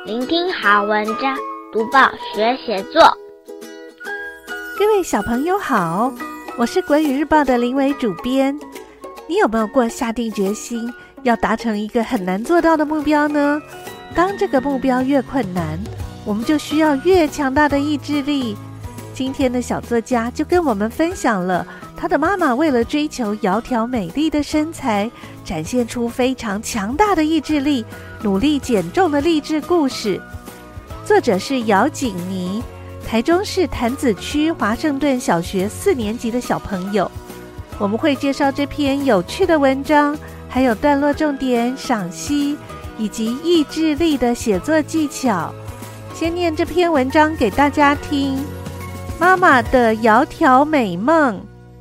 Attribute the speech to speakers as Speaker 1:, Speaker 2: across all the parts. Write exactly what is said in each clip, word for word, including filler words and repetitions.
Speaker 1: 聆听好文章，读报学写作。
Speaker 2: 各位小朋友好，我是国语日报的林伟主编。你有没有过下定决心要达成一个很难做到的目标呢？当这个目标越困难，我们就需要越强大的意志力。今天的小作家就跟我们分享了他的妈妈为了追求窈窕美丽的身材，展现出非常强大的意志力，努力减重的励志故事。作者是姚锦妮，台中市潭子区华盛顿小学四年级的小朋友。我们会介绍这篇有趣的文章，还有段落重点、赏析以及意志力的写作技巧。先念这篇文章给大家听。妈妈的窈窕美梦。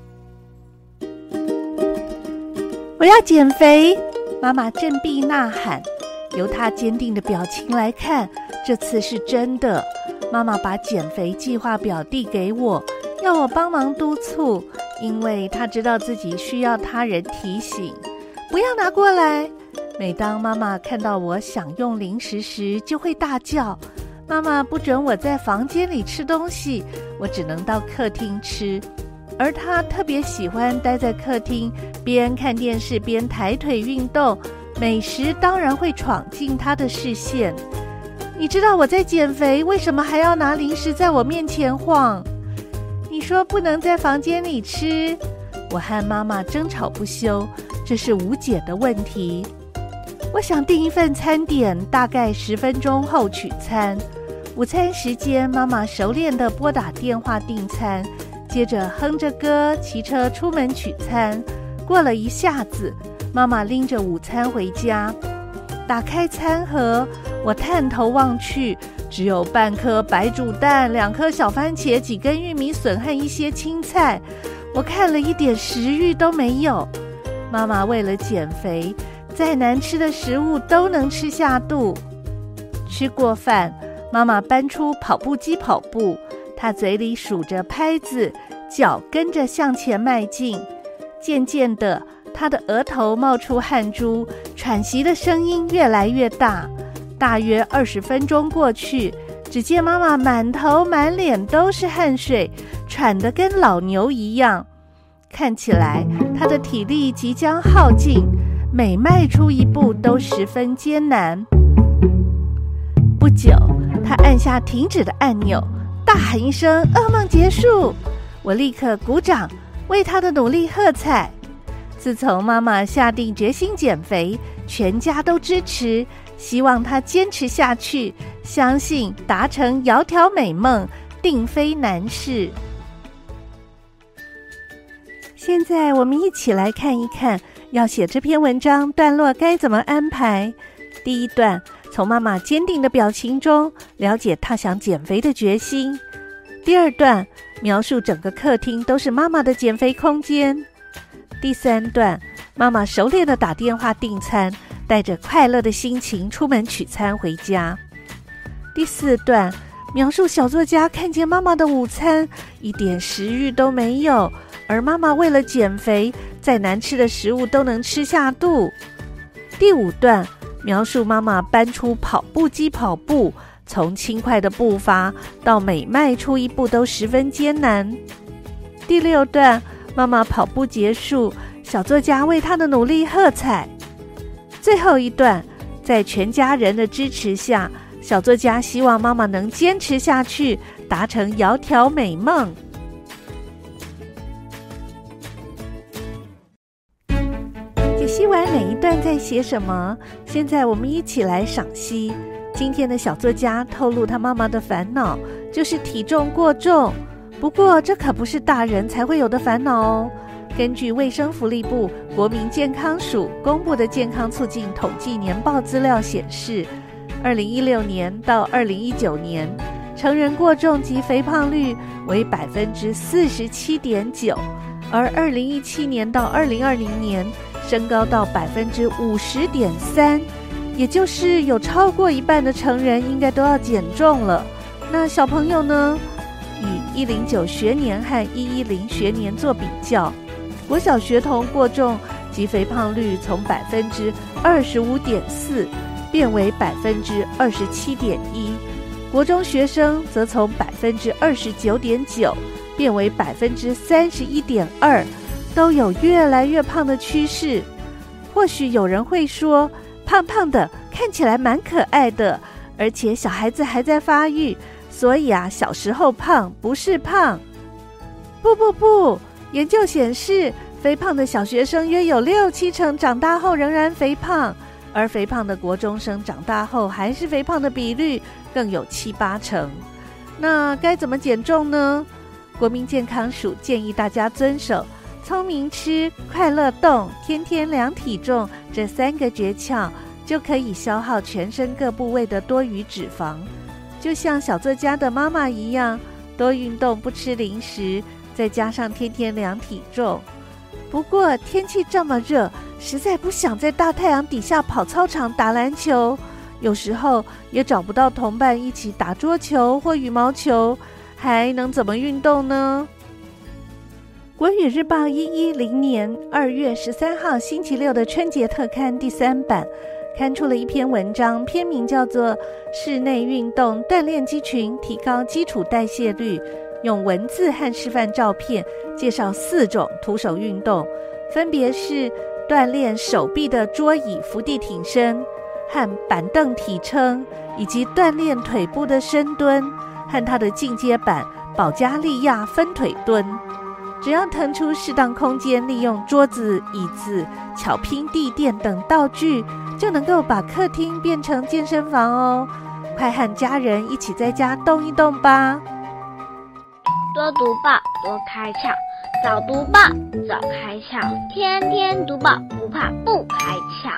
Speaker 2: 我要减肥！妈妈振臂呐喊。由她坚定的表情来看，这次是真的。妈妈把减肥计划表递给我，要我帮忙督促，因为她知道自己需要他人提醒。不要拿过来！每当妈妈看到我享用零食时，就会大叫。妈妈不准我在房间里吃东西，我只能到客厅吃。而她特别喜欢待在客厅，边看电视边抬腿运动，美食当然会闯进她的视线。你知道我在减肥，为什么还要拿零食在我面前晃？你说不能在房间里吃，我和妈妈争吵不休，这是无解的问题。我想订一份餐点，大概十分钟后取餐。午餐时间，妈妈熟练地拨打电话订餐，接着哼着歌骑车出门取餐。过了一下子，妈妈拎着午餐回家。打开餐盒，我探头望去，只有半颗白煮蛋、两颗小番茄、几根玉米笋和一些青菜。我看了一点食欲都没有。妈妈为了减肥，再难吃的食物都能吃下肚。吃过饭，妈妈搬出跑步机跑步，她嘴里数着拍子，脚跟着向前迈进。渐渐的，她的额头冒出汗珠，喘息的声音越来越大。大约二十分钟过去，只见妈妈满头满脸都是汗水，喘得跟老牛一样。看起来她的体力即将耗尽，每迈出一步都十分艰难。不久，他按下停止的按钮，大喊一声“噩梦结束”。我立刻鼓掌，为他的努力喝彩。自从妈妈下定决心减肥，全家都支持，希望她坚持下去，相信达成窈窕美梦定非难事。现在我们一起来看一看，要写这篇文章段落该怎么安排。第一段，从妈妈坚定的表情中了解她想减肥的决心。第二段，描述整个客厅都是妈妈的减肥空间。第三段，妈妈熟练地打电话订餐，带着快乐的心情出门取餐回家。第四段，描述小作家看见妈妈的午餐一点食欲都没有，而妈妈为了减肥，再难吃的食物都能吃下肚。第五段，描述妈妈搬出跑步机跑步，从轻快的步伐到每迈出一步都十分艰难。第六段，妈妈跑步结束，小作家为她的努力喝彩。最后一段，在全家人的支持下，小作家希望妈妈能坚持下去，达成窈窕美梦。解析完每一段在写什么，现在我们一起来赏析。今天的小作家透露他妈妈的烦恼，就是体重过重。不过这可不是大人才会有的烦恼哦。根据卫生福利部国民健康署公布的健康促进统计年报资料显示，二零一六年到二零一九年，成人过重及肥胖率为百分之四十七点九，而二零一七年到二零二零年升高到百分之五十点三，也就是有超过一半的成人应该都要减重了。那小朋友呢？以一零九学年和一一零学年做比较，国小学童过重及肥胖率从百分之二十五点四变为百分之二十七点一，国中学生则从百分之二十九点九变为百分之三十一点二，都有越来越胖的趋势。或许有人会说，胖胖的看起来蛮可爱的，而且小孩子还在发育，所以啊，小时候胖不是胖。不不不，研究显示，肥胖的小学生约有六七成长大后仍然肥胖，而肥胖的国中生长大后还是肥胖的比率更有七八成。那该怎么减重呢？国民健康署建议大家遵守聪明吃、快乐动、天天量体重这三个诀窍，就可以消耗全身各部位的多余脂肪。就像小作家的妈妈一样，多运动，不吃零食，再加上天天量体重。不过天气这么热，实在不想在大太阳底下跑操场打篮球，有时候也找不到同伴一起打桌球或羽毛球，还能怎么运动呢？国语日报一一零年二月十三号星期六的春节特刊第三版刊出了一篇文章，篇名叫做《室内运动锻炼肌群，提高基础代谢率》，用文字和示范照片介绍四种徒手运动，分别是锻炼手臂的桌椅伏地挺身和板凳体撑，以及锻炼腿部的深蹲和它的进阶版保加利亚分腿蹲。只要腾出适当空间，利用桌子、椅子、巧拼地垫等道具，就能够把客厅变成健身房哦！快和家人一起在家动一动吧！
Speaker 1: 多读报，多开窍；早读报，早开窍；天天读报，不怕不开窍。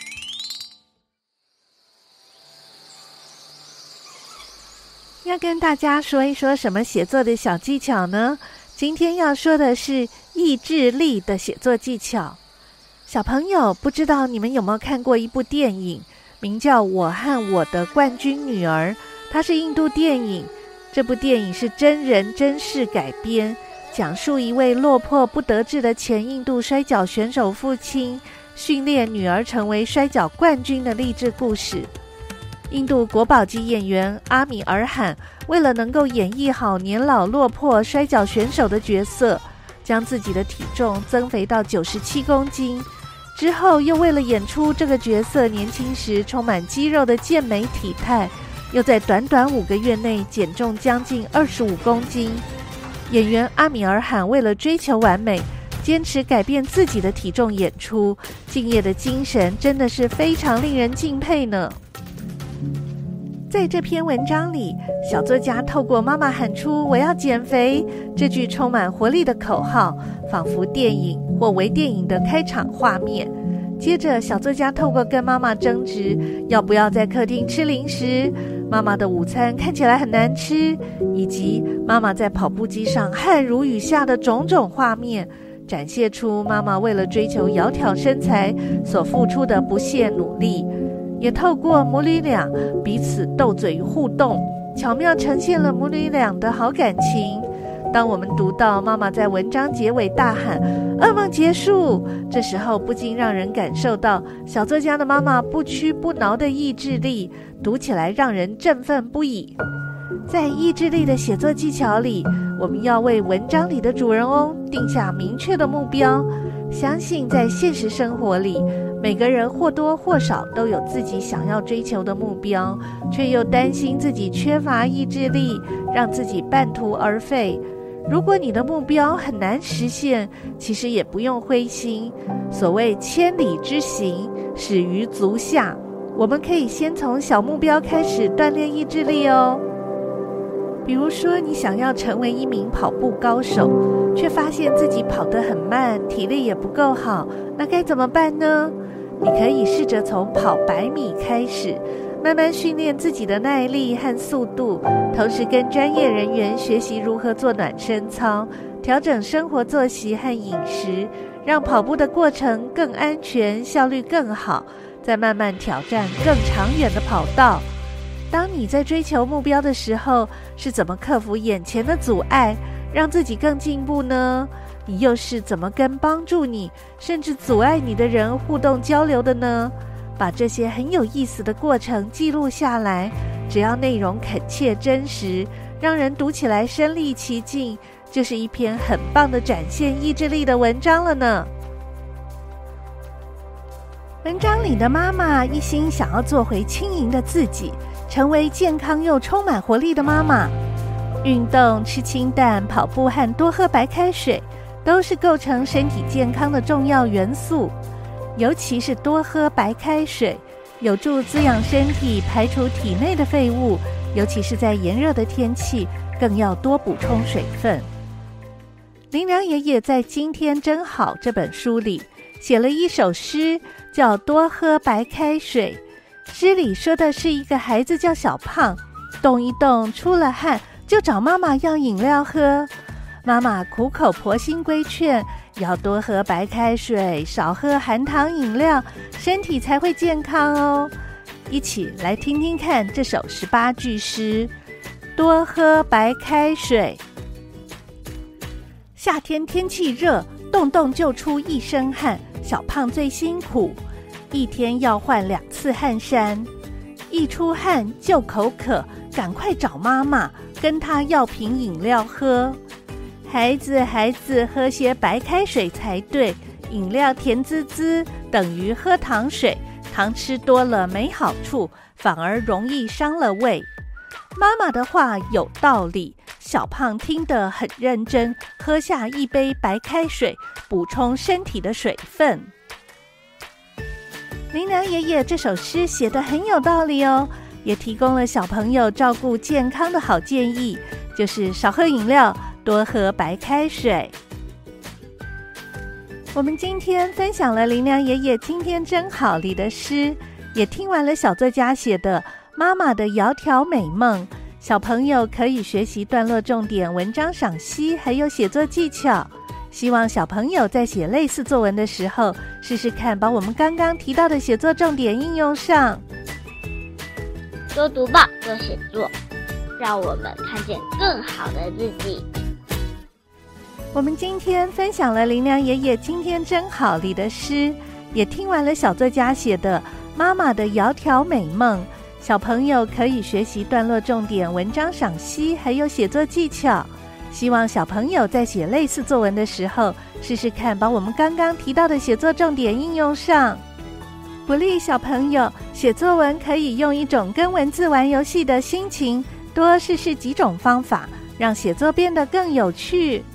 Speaker 2: 要跟大家说一说什么写作的小技巧呢？今天要说的是意志力的写作技巧。小朋友，不知道你们有没有看过一部电影，名叫《我和我的冠军女儿》，它是印度电影。这部电影是真人真事改编，讲述一位落魄不得志的前印度摔跤选手父亲训练女儿成为摔跤冠军的励志故事。印度国宝级演员阿米尔罕为了能够演绎好年老落魄摔跤选手的角色，将自己的体重增肥到九十七公斤，之后又为了演出这个角色年轻时充满肌肉的健美体态，又在短短五个月内减重将近二十五公斤。演员阿米尔罕为了追求完美，坚持改变自己的体重演出，敬业的精神真的是非常令人敬佩呢。在这篇文章里，小作家透过妈妈喊出我要减肥这句充满活力的口号，仿佛电影或微电影的开场画面。接着小作家透过跟妈妈争执要不要在客厅吃零食，妈妈的午餐看起来很难吃，以及妈妈在跑步机上汗如雨下的种种画面，展现出妈妈为了追求窈窕身材所付出的不懈努力，也透过母女俩彼此斗嘴与互动，巧妙呈现了母女俩的好感情。当我们读到妈妈在文章结尾大喊噩梦结束，这时候不禁让人感受到小作家的妈妈不屈不挠的意志力，读起来让人振奋不已。在意志力的写作技巧里，我们要为文章里的主人翁定下明确的目标，相信在现实生活里，每个人或多或少都有自己想要追求的目标，却又担心自己缺乏意志力，让自己半途而废。如果你的目标很难实现，其实也不用灰心。所谓千里之行，始于足下。我们可以先从小目标开始锻炼意志力哦。比如说，你想要成为一名跑步高手，却发现自己跑得很慢，体力也不够好，那该怎么办呢？你可以试着从跑百米开始，慢慢训练自己的耐力和速度，同时跟专业人员学习如何做暖身操，调整生活作息和饮食，让跑步的过程更安全，效率更好，再慢慢挑战更长远的跑道。当你在追求目标的时候，是怎么克服眼前的阻碍，让自己更进步呢？你又是怎么跟帮助你甚至阻碍你的人互动交流的呢？ 把这些很有意思的过程记录下来，只要内容恳切真实，让人读起来身临其境，就是一篇很棒的展现意志力的文章了呢。文章里的妈妈一心想要做回轻盈的自己，成为健康又充满活力的妈妈。运动、吃清淡、跑步和多喝白开水都是构成身体健康的重要元素，尤其是多喝白开水，有助滋养身体，排除体内的废物，尤其是在炎热的天气，更要多补充水分。林良爷爷在《今天真好》这本书里写了一首诗，叫《多喝白开水》。诗里说的是一个孩子叫小胖，动一动出了汗，就找妈妈要饮料喝。妈妈苦口婆心规劝，要多喝白开水，少喝含糖饮料，身体才会健康哦。一起来听听看这首十八句诗：多喝白开水。夏天天气热，动动就出一身汗，小胖最辛苦，一天要换两次汗衫。一出汗就口渴，赶快找妈妈，跟她要瓶饮料喝。孩子孩子，喝些白开水才对，饮料甜滋滋，等于喝糖水，糖吃多了没好处，反而容易伤了胃。妈妈的话有道理，小胖听得很认真，喝下一杯白开水，补充身体的水分。林良爷爷这首诗写得很有道理哦，也提供了小朋友照顾健康的好建议，就是少喝饮料，多喝白开水。我们今天分享了林良爷爷今天真好里的诗，也听完了小作家写的妈妈的窈窕美梦，小朋友可以学习段落重点、文章赏析，还有写作技巧。希望小朋友在写类似作文的时候，试试看把我们刚刚提到的写作重点应用上。
Speaker 1: 多读报，多写作，让我们看见更好的自己。
Speaker 2: 我们今天分享了林良爷爷今天真好里的诗，也听完了小作家写的妈妈的窈窕美梦，小朋友可以学习段落重点、文章赏析，还有写作技巧。希望小朋友在写类似作文的时候，试试看把我们刚刚提到的写作重点应用上。鼓励小朋友写作文可以用一种跟文字玩游戏的心情，多试试几种方法，让写作变得更有趣。